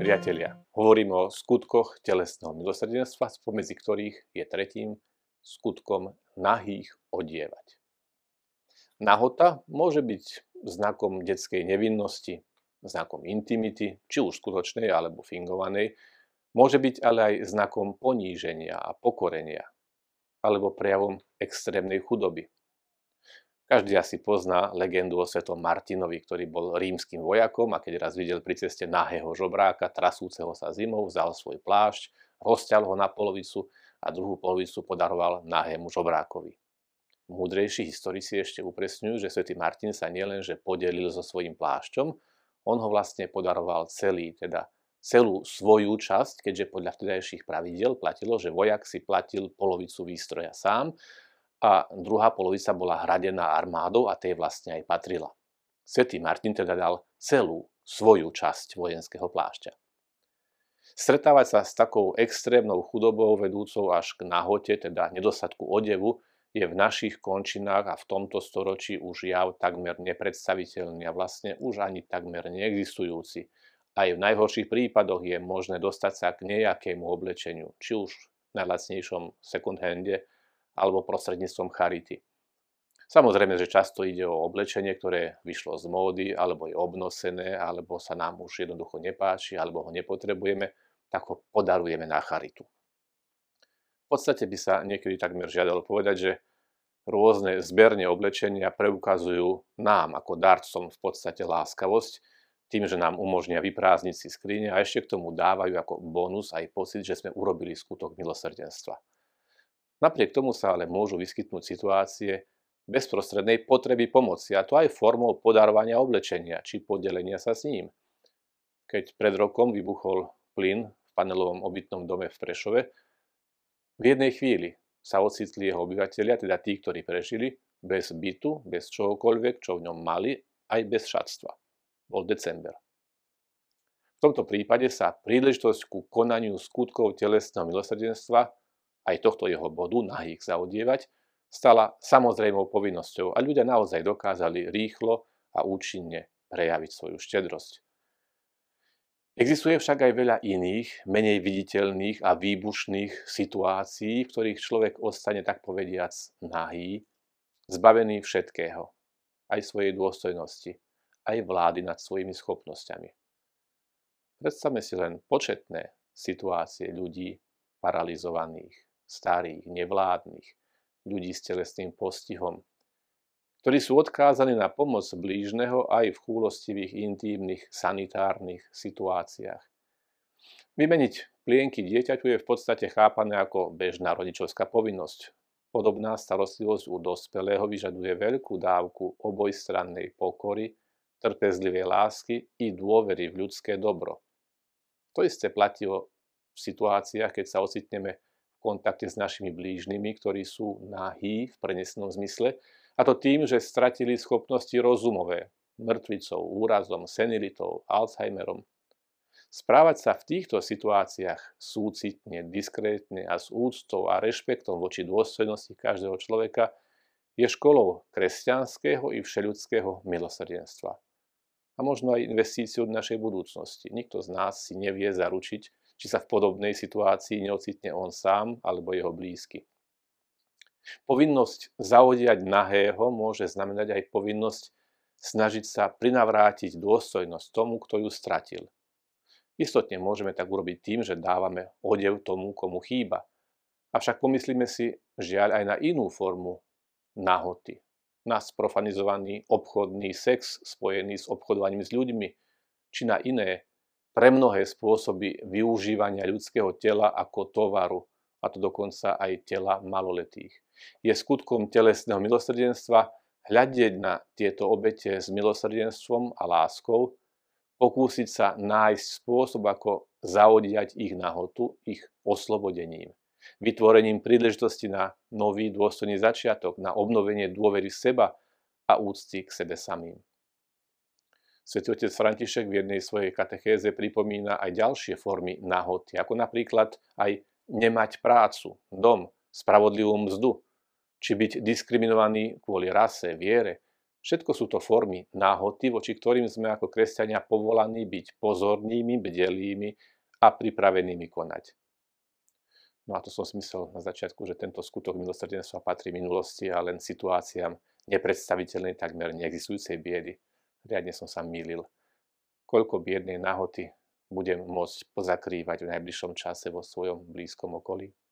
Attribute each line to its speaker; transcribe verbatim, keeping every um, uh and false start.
Speaker 1: Priatelia, hovoríme o skutkoch telesného milosrdenstva, spomedzi ktorých je tretím skutkom nahých odievať. Nahota môže byť znakom detskej nevinnosti, znakom intimity, či už skutočnej alebo fingovanej, môže byť ale aj znakom poníženia a pokorenia, alebo prejavom extrémnej chudoby. Každý asi pozná legendu o svetom Martinovi, ktorý bol rímskym vojakom a keď raz videl pri ceste nahého žobráka, trasúceho sa zimou, vzal svoj plášť, rozťal ho na polovicu a druhú polovicu podaroval nahému žobrákovi. Múdrejší historici ešte upresňujú, že svätý Martin sa nielenže podelil so svojím plášťom, on ho vlastne podaroval celý, teda celú svoju časť, keďže podľa vtedajších pravidiel platilo, že vojak si platil polovicu výstroja sám, a druhá polovica bola hradená armádou a tej vlastne aj patrila. Svätý Martin teda dal celú svoju časť vojenského plášťa. Stretávať sa s takou extrémnou chudobou vedúcou až k nahote, teda nedostatku odevu, je v našich končinách a v tomto storočí už jav takmer nepredstaviteľný a vlastne už ani takmer neexistujúci. Aj v najhorších prípadoch je možné dostať sa k nejakému oblečeniu, či už v najlacnejšom second hande, alebo prostredníctvom charity. Samozrejme, že často ide o oblečenie, ktoré vyšlo z módy, alebo je obnosené, alebo sa nám už jednoducho nepáči, alebo ho nepotrebujeme, tak ho podarujeme na charitu. V podstate by sa niekedy takmer žiadalo povedať, že rôzne zberne oblečenia preukazujú nám ako darcom v podstate láskavosť, tým, že nám umožnia vyprázdniť si skrine a ešte k tomu dávajú ako bonus aj pocit, že sme urobili skutok milosrdenstva. Napriek tomu sa ale môžu vyskytnúť situácie bezprostrednej potreby pomoci, a to aj formou podarovania oblečenia či podelenia sa s ním. Keď pred rokom vybuchol plyn v panelovom obytnom dome v Prešove, v jednej chvíli sa ocitli jeho obyvatelia, teda tí, ktorí prežili, bez bytu, bez čohokoľvek, čo v ňom mali, aj bez šatstva. Bol december. V tomto prípade sa príležitosť ku konaniu skutkov telesného milosrdenstva, aj tohto jeho bodu, nahých sa odievať, stala samozrejmou povinnosťou a ľudia naozaj dokázali rýchlo a účinne prejaviť svoju štedrosť. Existuje však aj veľa iných, menej viditeľných a výbušných situácií, v ktorých človek ostane tak povediac nahý, zbavený všetkého, aj svojej dôstojnosti, aj vlády nad svojimi schopnosťami. Predstavme si len početné situácie ľudí paralizovaných, starých, nevládnych, ľudí s telesným postihom, ktorí sú odkázaní na pomoc blížneho aj v chúlostivých, intímnych, sanitárnych situáciách. Vymeniť plienky dieťaťu je v podstate chápané ako bežná rodičovská povinnosť. Podobná starostlivosť u dospelého vyžaduje veľkú dávku obojstrannej pokory, trpezlivej lásky i dôvery v ľudské dobro. To isté platí o situáciách, keď sa ocitneme v kontakte s našimi blížnymi, ktorí sú nahí v prenesenom zmysle, a to tým, že stratili schopnosti rozumové, mŕtvicou, úrazom, senilitou, Alzheimerom. Správať sa v týchto situáciách súcitne, diskrétne a s úctou a rešpektom voči dôstojnosti každého človeka je školou kresťanského i všeľudského milosrdenstva. A možno aj investíciu do našej budúcnosti. Nikto z nás si nevie zaručiť, či sa v podobnej situácii neocitne on sám alebo jeho blízky. Povinnosť zaodiať nahého môže znamenať aj povinnosť snažiť sa prinavrátiť dôstojnosť tomu, kto ju stratil. Istotne môžeme tak urobiť tým, že dávame odev tomu, komu chýba. Avšak pomyslíme si žiaľ aj na inú formu nahoty. Na sprofanizovaný obchodný sex spojený s obchodovaním s ľuďmi, či na iné pre mnohé spôsoby využívania ľudského tela ako tovaru, a to dokonca aj tela maloletých. Je skutkom telesného milosrdenstva hľadieť na tieto obete s milosrdenstvom a láskou, pokúsiť sa nájsť spôsob, ako zaodiať ich nahotu, ich oslobodením, vytvorením príležitosti na nový dôstojný začiatok, na obnovenie dôvery seba a úcty k sebe samým. Svätý otec František v jednej svojej katechéze pripomína aj ďalšie formy nahoty, ako napríklad aj nemať prácu, dom, spravodlivú mzdu, či byť diskriminovaný kvôli rase, viere, Všetko sú to formy náhoty, voči ktorým sme ako kresťania povolaní byť pozornými, bdelými a pripravenými konať. No a to som si myslel na začiatku, že tento skutok milosrdenstva patrí minulosti a len situáciám nepredstaviteľnej, takmer neexistujúcej biedy. Riadne som sa mýlil. Koľko biednej náhoty budem môcť pozakrývať v najbližšom čase vo svojom blízkom okolí?